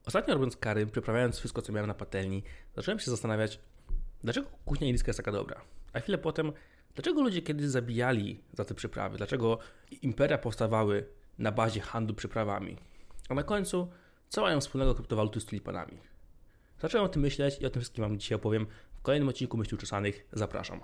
Ostatnio robiąc kary, przyprawiając wszystko, co miałem na patelni, zacząłem się zastanawiać, dlaczego kuchnia indyjska jest taka dobra. A chwilę potem, dlaczego ludzie kiedyś zabijali za te przyprawy, dlaczego imperia powstawały na bazie handlu przyprawami. A na końcu, co mają wspólnego kryptowaluty z tulipanami? Zacząłem o tym myśleć i o tym wszystkim wam dzisiaj opowiem w kolejnym odcinku Myśli Uczesanych. Zapraszam.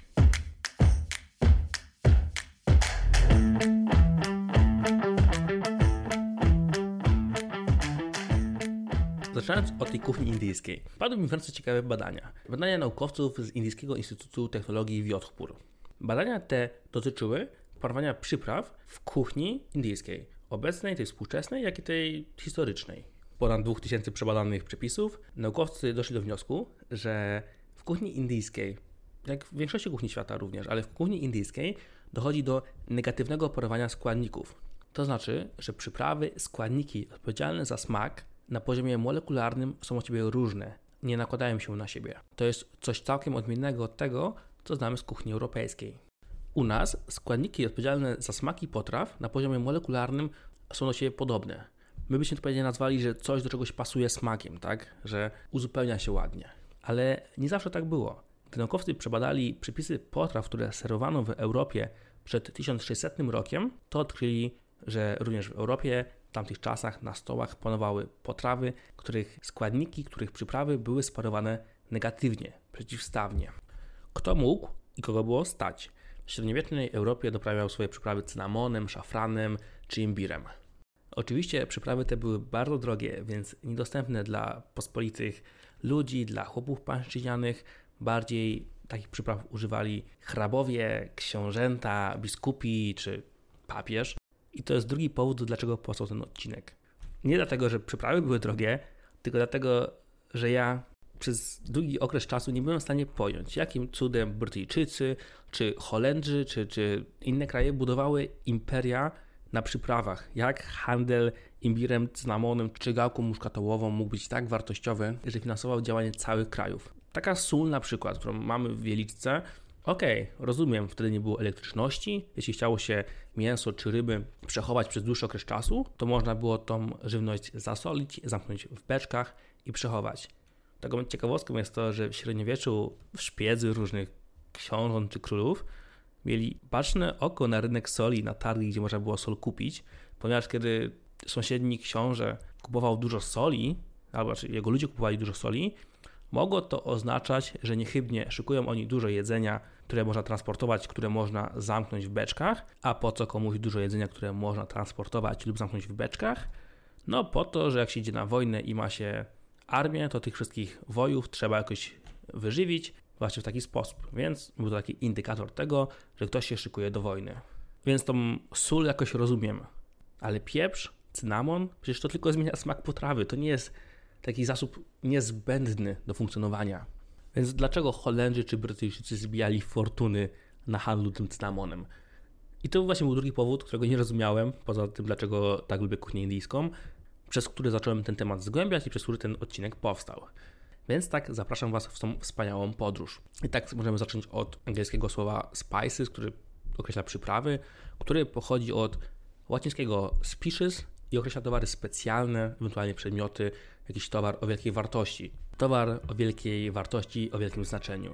Zaczynając od tej kuchni indyjskiej, padły mi w ręce ciekawe badania. Badania naukowców z Indyjskiego Instytutu Technologii w Jodhpur. Badania te dotyczyły parowania przypraw w kuchni indyjskiej, obecnej, tej współczesnej, jak i tej historycznej. Ponad 2000 przebadanych przepisów, naukowcy doszli do wniosku, że w kuchni indyjskiej, jak w większości kuchni świata również, ale w kuchni indyjskiej dochodzi do negatywnego parowania składników. To znaczy, że przyprawy, składniki odpowiedzialne za smak na poziomie molekularnym są od siebie różne, nie nakładają się na siebie. To jest coś całkiem odmiennego od tego, co znamy z kuchni europejskiej. U nas składniki odpowiedzialne za smaki potraw na poziomie molekularnym są do siebie podobne. My byśmy to pewnie nazwali, że coś do czegoś pasuje smakiem, tak? Że uzupełnia się ładnie. Ale nie zawsze tak było. Gdy naukowcy przebadali przepisy potraw, które serwowano w Europie przed 1600 rokiem, to odkryli, że również w Europie w tamtych czasach na stołach panowały potrawy, których składniki, których przyprawy były sparowane negatywnie, przeciwstawnie. Kto mógł i kogo było stać? W średniowiecznej Europie doprawiał swoje przyprawy cynamonem, szafranem czy imbirem. Oczywiście przyprawy te były bardzo drogie, więc niedostępne dla pospolitych ludzi, dla chłopów pańszczyźnianych. Bardziej takich przypraw używali hrabowie, książęta, biskupi czy papież. I to jest drugi powód, dlaczego powstał ten odcinek. Nie dlatego, że przyprawy były drogie, tylko dlatego, że ja przez długi okres czasu nie byłem w stanie pojąć, jakim cudem Brytyjczycy, czy Holendrzy, czy inne kraje budowały imperia na przyprawach. Jak handel imbirem, cynamonem czy gałką muszkatołową mógł być tak wartościowy, że finansował działanie całych krajów. Taka sól na przykład, którą mamy w Wieliczce, rozumiem, wtedy nie było elektryczności. Jeśli chciało się mięso czy ryby przechować przez dłuższy okres czasu, to można było tą żywność zasolić, zamknąć w beczkach i przechować. Taką ciekawostką jest to, że w średniowieczu szpiedzy różnych książąt czy królów mieli baczne oko na rynek soli, na targi, gdzie można było sol kupić, ponieważ kiedy sąsiedni książę kupował dużo soli, albo jego ludzie kupowali dużo soli, mogło to oznaczać, że niechybnie szykują oni dużo jedzenia, które można transportować, które można zamknąć w beczkach. A po co komuś dużo jedzenia, które można transportować lub zamknąć w beczkach? No po to, że jak się idzie na wojnę i ma się armię, to tych wszystkich wojów trzeba jakoś wyżywić właśnie w taki sposób. Więc był to taki indykator tego, że ktoś się szykuje do wojny. Więc tą sól jakoś rozumiem. Ale pieprz, cynamon, przecież to tylko zmienia smak potrawy. To nie jest taki zasób niezbędny do funkcjonowania. Więc dlaczego Holendrzy czy Brytyjczycy zbijali fortuny na handlu tym cynamonem? I to właśnie był drugi powód, którego nie rozumiałem, poza tym dlaczego tak lubię kuchnię indyjską, przez który zacząłem ten temat zgłębiać i przez który ten odcinek powstał. Więc tak zapraszam Was w tą wspaniałą podróż. I tak możemy zacząć od angielskiego słowa spices, który określa przyprawy, który pochodzi od łacińskiego species i określa towary specjalne, ewentualnie przedmioty, jakiś towar o wielkiej wartości. Towar o wielkiej wartości, o wielkim znaczeniu.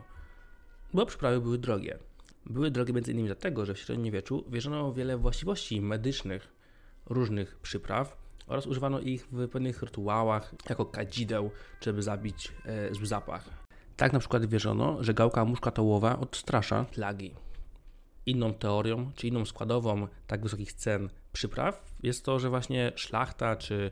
Bo przyprawy były drogie. Były drogie m.in. dlatego, że w średniowieczu wierzono w wiele właściwości medycznych różnych przypraw oraz używano ich w pewnych rytuałach jako kadzideł, żeby zabić zły zapach. Tak na przykład wierzono, że gałka muszkatołowa odstrasza plagi. Inną teorią, czy inną składową tak wysokich cen przypraw jest to, że właśnie szlachta, czy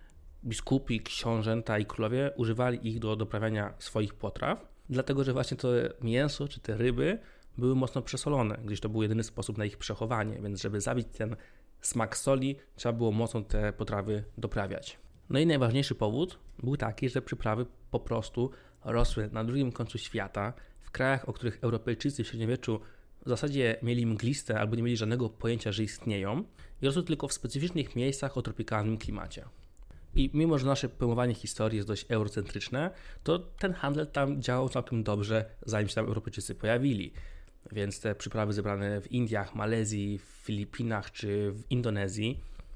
biskupi, książęta i królowie używali ich do doprawiania swoich potraw, dlatego że właśnie to mięso, czy te ryby były mocno przesolone, gdyż to był jedyny sposób na ich przechowanie, więc żeby zabić ten smak soli, trzeba było mocno te potrawy doprawiać. No i najważniejszy powód był taki, że przyprawy po prostu rosły na drugim końcu świata, w krajach, o których Europejczycy w średniowieczu w zasadzie mieli mgliste albo nie mieli żadnego pojęcia, że istnieją i rosły tylko w specyficznych miejscach o tropikalnym klimacie. I mimo, że nasze pojmowanie historii jest dość eurocentryczne, to ten handel tam działał całkiem dobrze, zanim się tam Europejczycy pojawili. Więc te przyprawy zebrane w Indiach, Malezji, w Filipinach czy w Indonezji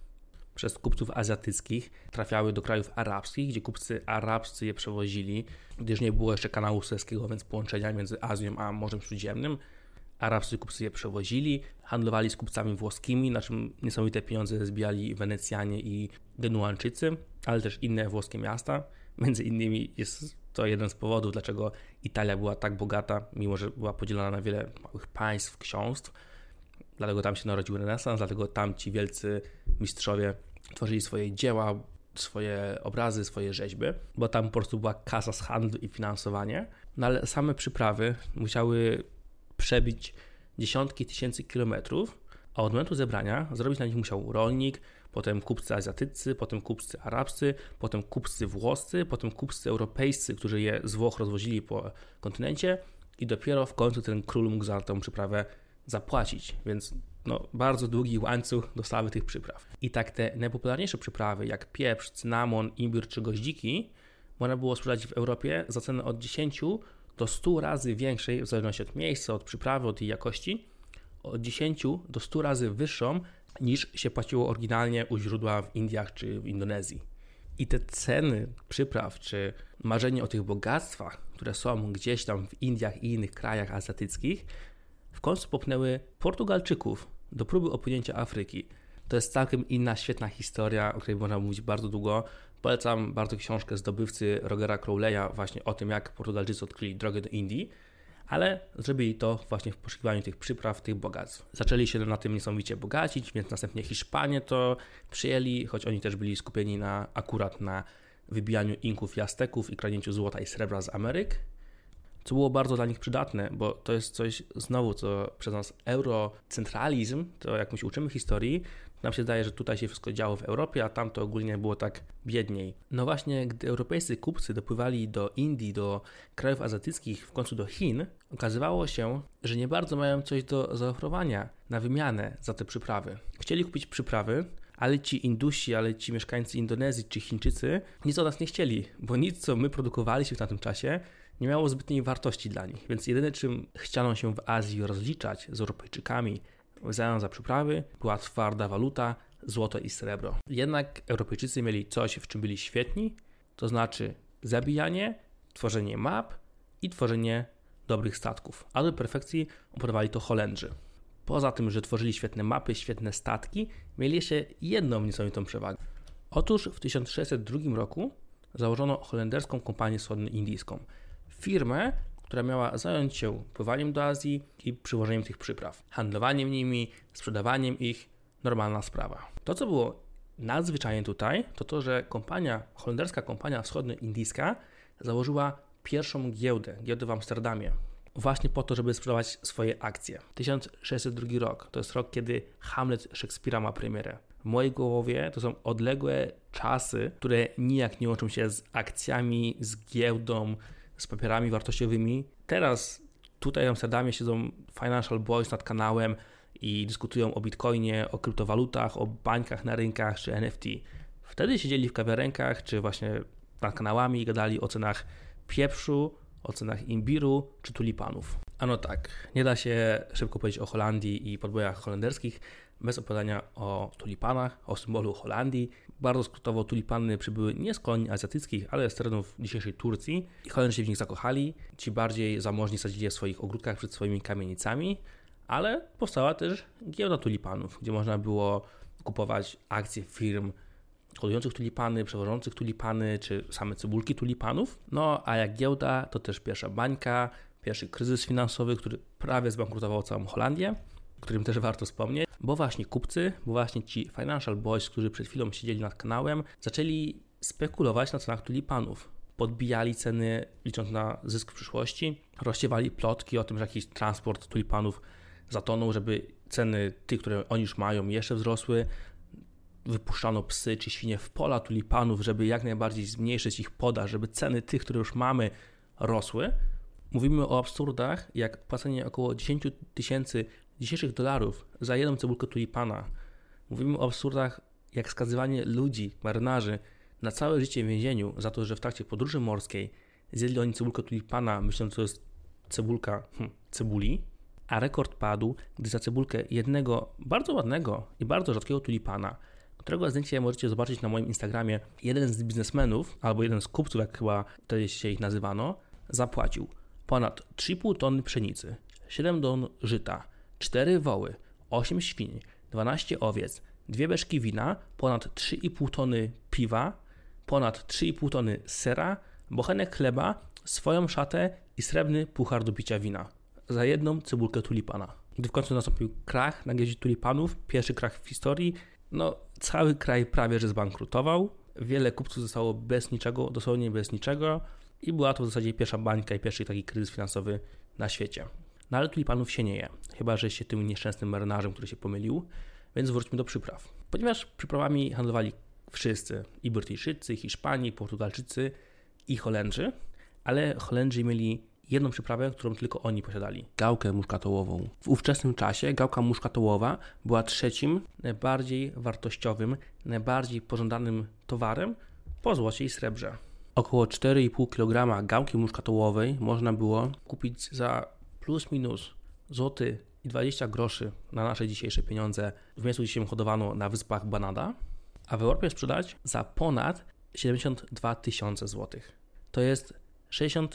przez kupców azjatyckich trafiały do krajów arabskich, gdzie kupcy arabscy je przewozili, gdyż nie było jeszcze kanału Sueskiego, więc połączenia między Azją a Morzem Śródziemnym. Arabscy kupcy je przewozili, handlowali z kupcami włoskimi, na czym niesamowite pieniądze zbijali Wenecjanie i Genuańczycy, ale też inne włoskie miasta. Między innymi jest to jeden z powodów, dlaczego Italia była tak bogata, mimo że była podzielona na wiele małych państw, ksiąstw. Dlatego tam się narodził renesans, dlatego tam ci wielcy mistrzowie tworzyli swoje dzieła, swoje obrazy, swoje rzeźby, bo tam po prostu była kasa z handlu i finansowanie. No ale same przyprawy musiały przebić dziesiątki tysięcy kilometrów, a od momentu zebrania zrobić na nich musiał rolnik, potem kupcy azjatyccy, potem kupcy arabscy, potem kupcy włoscy, potem kupcy europejscy, którzy je z Włoch rozwozili po kontynencie i dopiero w końcu ten król mógł za tę przyprawę zapłacić, więc bardzo długi łańcuch dostawy tych przypraw. I tak te najpopularniejsze przyprawy jak pieprz, cynamon, imbir czy goździki można było sprzedać w Europie za cenę od 10 do 100 razy większej, w zależności od miejsca, od przyprawy, od jej jakości, od 10 do 100 razy wyższą niż się płaciło oryginalnie u źródła w Indiach czy w Indonezji. I te ceny przypraw, czy marzenie o tych bogactwach, które są gdzieś tam w Indiach i innych krajach azjatyckich, w końcu popchnęły Portugalczyków do próby opłynięcia Afryki. To jest całkiem inna, świetna historia, o której można mówić bardzo długo. Polecam bardzo książkę zdobywcy Rogera Crowley'a właśnie o tym, jak Portugalczycy odkryli drogę do Indii, ale zrobili to właśnie w poszukiwaniu tych przypraw, tych bogactw. Zaczęli się na tym niesamowicie bogacić, więc następnie Hiszpanie to przyjęli, choć oni też byli skupieni akurat na wybijaniu Inków i Azteków i kradnięciu złota i srebra z Ameryk, co było bardzo dla nich przydatne, bo to jest coś znowu, co przez nas eurocentralizm, to jak my się uczymy historii, nam się zdaje, że tutaj się wszystko działo w Europie, a tam to ogólnie było tak biedniej. No właśnie, gdy europejscy kupcy dopływali do Indii, do krajów azjatyckich, w końcu do Chin, okazywało się, że nie bardzo mają coś do zaoferowania na wymianę za te przyprawy. Chcieli kupić przyprawy, ale ci Indusi, ale ci mieszkańcy Indonezji czy Chińczycy nic od nas nie chcieli, bo nic, co my produkowaliśmy w tamtym czasie, nie miało zbytniej wartości dla nich. Więc jedyne, czym chciano się w Azji rozliczać z Europejczykami w zamian za przyprawy, była twarda waluta, złoto i srebro. Jednak Europejczycy mieli coś, w czym byli świetni, to znaczy zabijanie, tworzenie map i tworzenie dobrych statków. A do perfekcji oprowadzali to Holendrzy. Poza tym, że tworzyli świetne mapy, świetne statki, mieli jeszcze jedną niesamowitą przewagę. Otóż w 1602 roku założono holenderską kompanię wschodnioindyjską. Firmę, która miała zająć się pływaniem do Azji i przywożeniem tych przypraw. Handlowaniem nimi, sprzedawaniem ich, normalna sprawa. To, co było nadzwyczajne tutaj, to to, że holenderska kompania wschodnioindyjska założyła pierwszą giełdę w Amsterdamie. Właśnie po to, żeby sprzedawać swoje akcje. 1602 rok, to jest rok, kiedy Hamlet Szekspira ma premierę. W mojej głowie to są odległe czasy, które nijak nie łączą się z akcjami, z giełdą, z papierami wartościowymi. Teraz tutaj w Amsterdamie siedzą financial boys nad kanałem i dyskutują o bitcoinie, o kryptowalutach, o bańkach na rynkach czy NFT. Wtedy siedzieli w kawiarenkach czy właśnie nad kanałami i gadali o cenach pieprzu, o cenach imbiru czy tulipanów. Ano tak, nie da się szybko powiedzieć o Holandii i podbojach holenderskich bez opowiadania o tulipanach, o symbolu Holandii. Bardzo skrótowo tulipany przybyły nie z kolonii azjatyckich, ale z terenów dzisiejszej Turcji i Holendrzy się w nich zakochali. Ci bardziej zamożni sadzili je w swoich ogródkach przed swoimi kamienicami, ale powstała też giełda tulipanów, gdzie można było kupować akcje firm hodujących tulipany, przewożących tulipany, czy same cebulki tulipanów. No a jak giełda, to też pierwsza bańka, pierwszy kryzys finansowy, który prawie zbankrutował całą Holandię, o którym też warto wspomnieć, bo właśnie kupcy, bo właśnie ci financial boys, którzy przed chwilą siedzieli nad kanałem, zaczęli spekulować na cenach tulipanów. Podbijali ceny, licząc na zysk w przyszłości, rozsiewali plotki o tym, że jakiś transport tulipanów zatonął, żeby ceny tych, które oni już mają, jeszcze wzrosły. Wypuszczano psy czy świnie w pola tulipanów, żeby jak najbardziej zmniejszyć ich podaż, żeby ceny tych, które już mamy, rosły. Mówimy o absurdach, jak płacenie około 10 000 dzisiejszych dolarów za jedną cebulkę tulipana. Mówimy o absurdach, jak skazywanie ludzi, marynarzy na całe życie w więzieniu za to, że w trakcie podróży morskiej zjedli oni cebulkę tulipana, myśląc, że to jest cebulka cebuli, a rekord padł, gdy za cebulkę jednego bardzo ładnego i bardzo rzadkiego tulipana, którego zdjęcie możecie zobaczyć na moim Instagramie. Jeden z biznesmenów, albo jeden z kupców, jak chyba wtedy się ich nazywano, zapłacił ponad 3,5 tony pszenicy, 7 ton żyta, 4 woły, 8 świń, 12 owiec, 2 beczki wina, ponad 3,5 tony piwa, ponad 3,5 tony sera, bochenek chleba, swoją szatę i srebrny puchar do picia wina za jedną cebulkę tulipana. Gdy w końcu nastąpił krach na giełdzie tulipanów, pierwszy krach w historii, cały kraj prawie że zbankrutował. Wiele kupców zostało bez niczego, dosłownie bez niczego i była to w zasadzie pierwsza bańka i pierwszy taki kryzys finansowy na świecie. No ale tulipanów się nie je, chyba że się tym nieszczęsnym marynarzem, który się pomylił, więc wróćmy do przypraw. Ponieważ przyprawami handlowali wszyscy, i Brytyjczycy, i Hiszpanie, i Portugalczycy, i Holendrzy, ale Holendrzy mieli jedną przyprawę, którą tylko oni posiadali. Gałkę muszkatołową. W ówczesnym czasie gałka muszkatołowa była trzecim najbardziej wartościowym, najbardziej pożądanym towarem po złocie i srebrze. Około 4,5 kg gałki muszkatołowej można było kupić za plus minus złoty i 20 groszy na nasze dzisiejsze pieniądze w miejscu, gdzie się hodowano na wyspach Banada, a w Europie sprzedać za ponad 72 tysiące złotych. To jest 60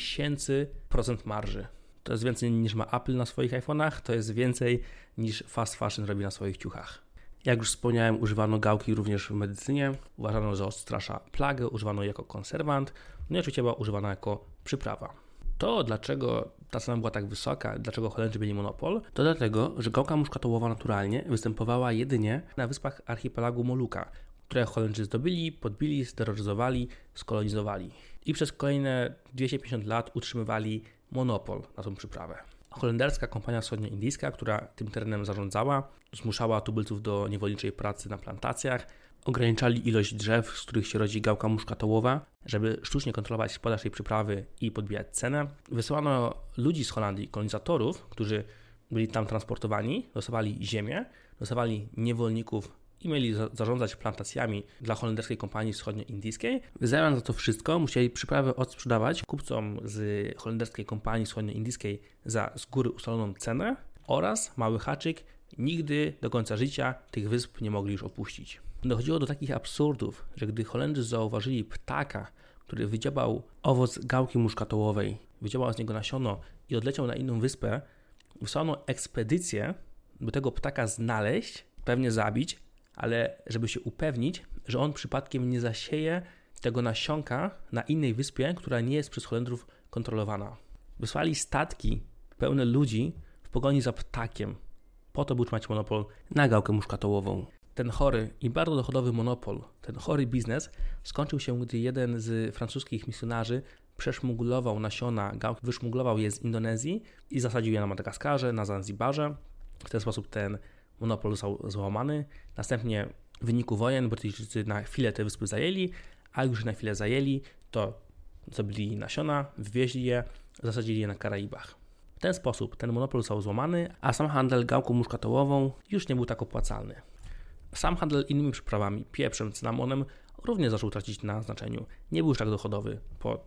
000% marży. To jest więcej niż ma Apple na swoich iPhone'ach, to jest więcej niż fast fashion robi na swoich ciuchach. Jak już wspomniałem, używano gałki również w medycynie. Uważano, że odstrasza plagę, używano jej jako konserwant, no i oczywiście była używana jako przyprawa. To, dlaczego ta cena była tak wysoka, dlaczego Holendrzy mieli monopol, to dlatego, że gałka muszkatołowa naturalnie występowała jedynie na wyspach archipelagu Moluka, które Holendrzy zdobyli, podbili, steroryzowali, skolonizowali. I przez kolejne 250 lat utrzymywali monopol na tą przyprawę. Holenderska kompania wschodnioindyjska, która tym terenem zarządzała, zmuszała tubylców do niewolniczej pracy na plantacjach, ograniczali ilość drzew, z których się rodzi gałka muszkatołowa, żeby sztucznie kontrolować podaż tej przyprawy i podbijać cenę. Wysyłano ludzi z Holandii, kolonizatorów, którzy byli tam transportowani, dostawali ziemię, dostawali niewolników i mieli zarządzać plantacjami dla holenderskiej kompanii wschodnioindyjskiej. W zamian za to wszystko musieli przyprawę odsprzedawać kupcom z holenderskiej kompanii wschodnioindyjskiej za z góry ustaloną cenę oraz, mały haczyk, nigdy do końca życia tych wysp nie mogli już opuścić. Dochodziło do takich absurdów, że gdy Holendrzy zauważyli ptaka, który wydziałał owoc gałki muszkatołowej, wydziałał z niego nasiono i odleciał na inną wyspę, wysłano ekspedycję, by tego ptaka znaleźć, pewnie zabić, ale żeby się upewnić, że on przypadkiem nie zasieje tego nasionka na innej wyspie, która nie jest przez Holendrów kontrolowana. Wysłali statki pełne ludzi w pogoni za ptakiem, po to by utrzymać monopol na gałkę muszkatołową. Ten chory i bardzo dochodowy monopol, ten chory biznes skończył się, gdy jeden z francuskich misjonarzy przeszmuglował nasiona gałki, wyszmuglował je z Indonezji i zasadził je na Madagaskarze, na Zanzibarze. W ten sposób ten monopol został złamany. Następnie w wyniku wojen Brytyjczycy na chwilę te wyspy zajęli, a już na chwilę zajęli, to zabili nasiona, wywieźli je, zasadzili je na Karaibach. W ten sposób ten monopol został złamany, a sam handel gałką muszkatołową już nie był tak opłacalny. Sam handel innymi przyprawami, pieprzem, cynamonem również zaczął tracić na znaczeniu. Nie był już tak dochodowy po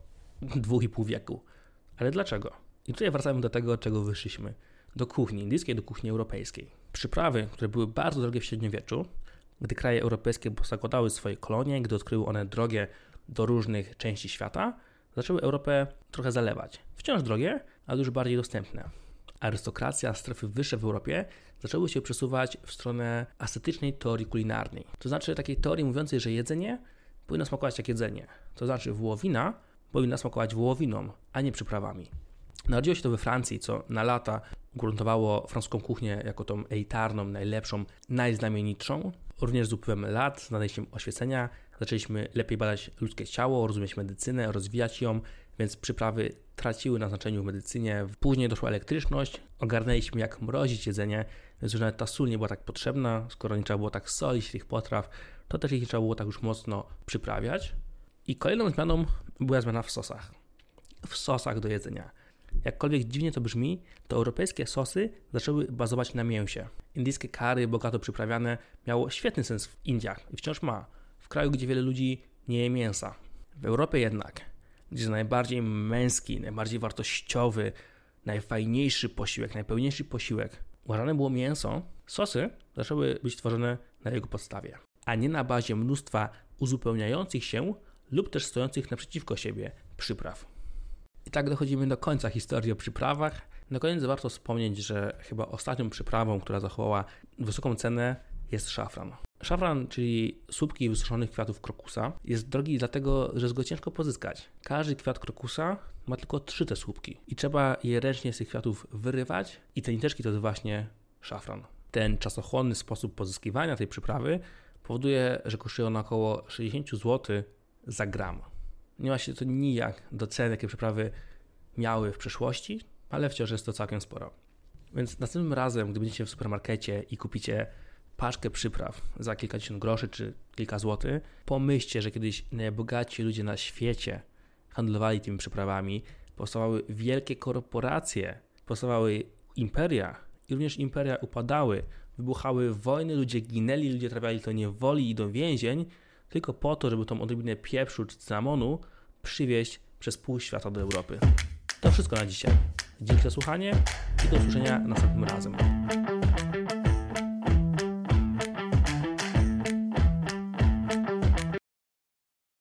2,5 wieku. Ale dlaczego? I tutaj wracamy do tego, od czego wyszliśmy. Do kuchni indyjskiej, do kuchni europejskiej. Przyprawy, które były bardzo drogie w średniowieczu, gdy kraje europejskie zakładały swoje kolonie, gdy odkryły one drogę do różnych części świata, zaczęły Europę trochę zalewać. Wciąż drogie, ale już bardziej dostępne. Arystokracja, strefy wyższe w Europie zaczęły się przesuwać w stronę ascetycznej teorii kulinarnej. To znaczy takiej teorii mówiącej, że jedzenie powinno smakować jak jedzenie. To znaczy wołowina powinna smakować wołowiną, a nie przyprawami. Narodziło się to we Francji, co na lata ugruntowało francuską kuchnię jako tą elitarną, najlepszą, najznamienitszą. Również z upływem lat, z nadejściem oświecenia, zaczęliśmy lepiej badać ludzkie ciało, rozumieć medycynę, rozwijać ją, więc przyprawy traciły na znaczeniu w medycynie. Później doszła elektryczność, ogarnęliśmy jak mrozić jedzenie, więc już nawet ta sól nie była tak potrzebna, skoro nie trzeba było tak solić tych potraw, to też ich nie trzeba było tak już mocno przyprawiać. I kolejną zmianą była zmiana w sosach. W sosach do jedzenia. Jakkolwiek dziwnie to brzmi, to europejskie sosy zaczęły bazować na mięsie. Indyjskie curry, bogato przyprawiane, miało świetny sens w Indiach i wciąż ma. W kraju, gdzie wiele ludzi nie je mięsa. W Europie jednak, gdzie najbardziej męski, najbardziej wartościowy, najfajniejszy posiłek, najpełniejszy posiłek uważane było mięso, sosy zaczęły być tworzone na jego podstawie. a nie na bazie mnóstwa uzupełniających się lub też stojących naprzeciwko siebie przypraw. I tak dochodzimy do końca historii o przyprawach. Na koniec warto wspomnieć, że chyba ostatnią przyprawą, która zachowała wysoką cenę, jest szafran. Szafran, czyli słupki wysuszonych kwiatów krokusa, jest drogi dlatego, że jest go ciężko pozyskać. Każdy kwiat krokusa ma tylko 3 te słupki i trzeba je ręcznie z tych kwiatów wyrywać i te niteczki to jest właśnie szafran. Ten czasochłonny sposób pozyskiwania tej przyprawy powoduje, że kosztuje ona około 60 zł za gram. Nie ma się to nijak do cen, jakie przyprawy miały w przeszłości, ale wciąż jest to całkiem sporo. Więc następnym razem, gdy będziecie w supermarkecie i kupicie paczkę przypraw za kilkadziesiąt groszy czy kilka złotych, pomyślcie, że kiedyś najbogatsi ludzie na świecie handlowali tymi przyprawami, powstawały wielkie korporacje, powstawały imperia i również imperia upadały, wybuchały wojny, ludzie ginęli, ludzie trafiali do niewoli i do więzień, tylko po to, żeby tą odrobinę pieprzu czy cynamonu przywieźć przez pół świata do Europy. To wszystko na dzisiaj. Dzięki za słuchanie i do usłyszenia następnym razem.